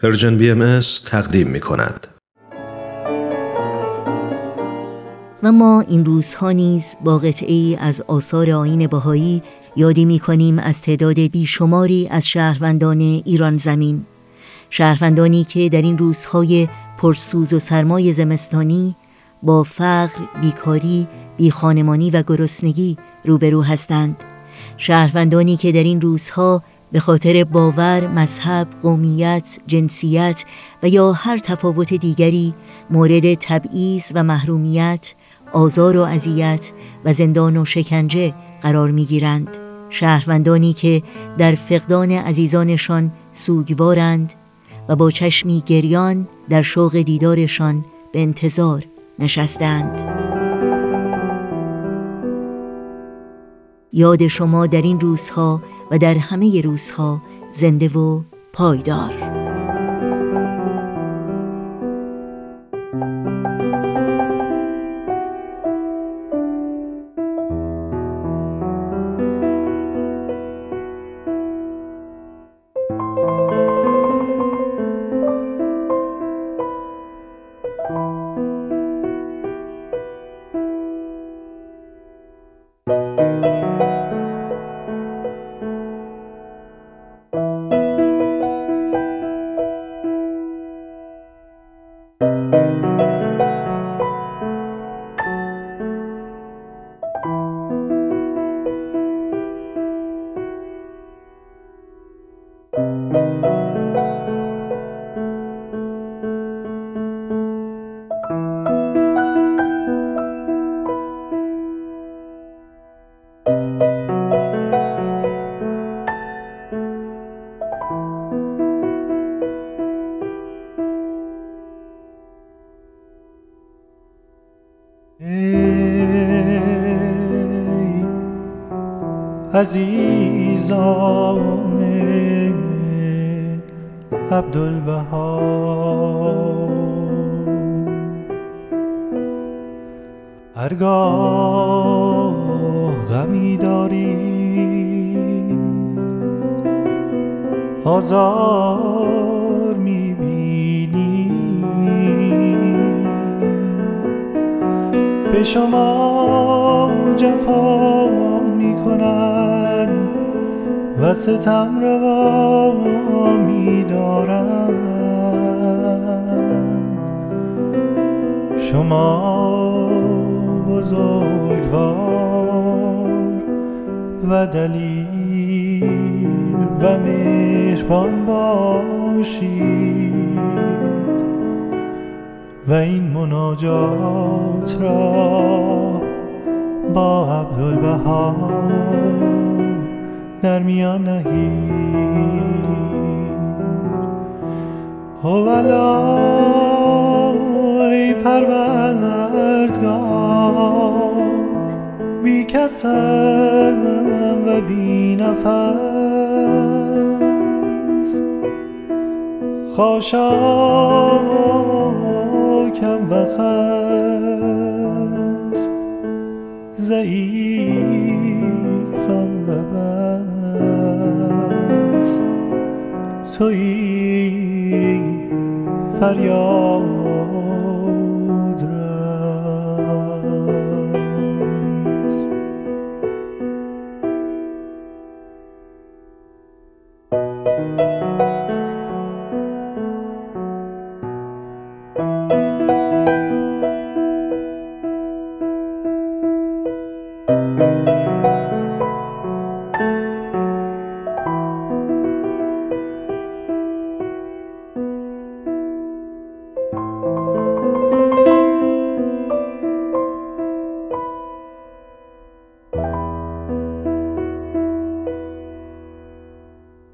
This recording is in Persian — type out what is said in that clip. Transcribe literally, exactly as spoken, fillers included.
پرژن بی ام اس تقدیم می کند. و ما این روزها نیز با قطعه‌ای از آثار آیین بهایی یادی می کنیم از تعداد بیشماری از شهروندان ایران زمین، شهروندانی که در این روزهای پرسوز و سرمای زمستانی با فقر، بیکاری، بیخانمانی و گرسنگی روبرو هستند، شهروندانی که در این روزها به خاطر باور، مذهب، قومیت، جنسیت و یا هر تفاوت دیگری مورد تبعیض و محرومیت، آزار و اذیت و زندان و شکنجه قرار می‌گیرند، شهروندانی که در فقدان عزیزانشان سوگوارند و با چشمی گریان در شوق دیدارشان به انتظار نشستند. یاد شما در این روزها و در همه روزها زنده و پایدار. عزیزان عبدالبها، هرگاه غمی داری آزار میبینی، به شما جفا میکنند و ستم روا می‌دارند. شما بزرگوار و دلیر و مهربان باشید و این مناجات را با عبدالبها در میان نهید. هوالای پروردگار، بی کسم و بی نفس، خاشاکم و خس، ضعیفم و بس، تویی فریاد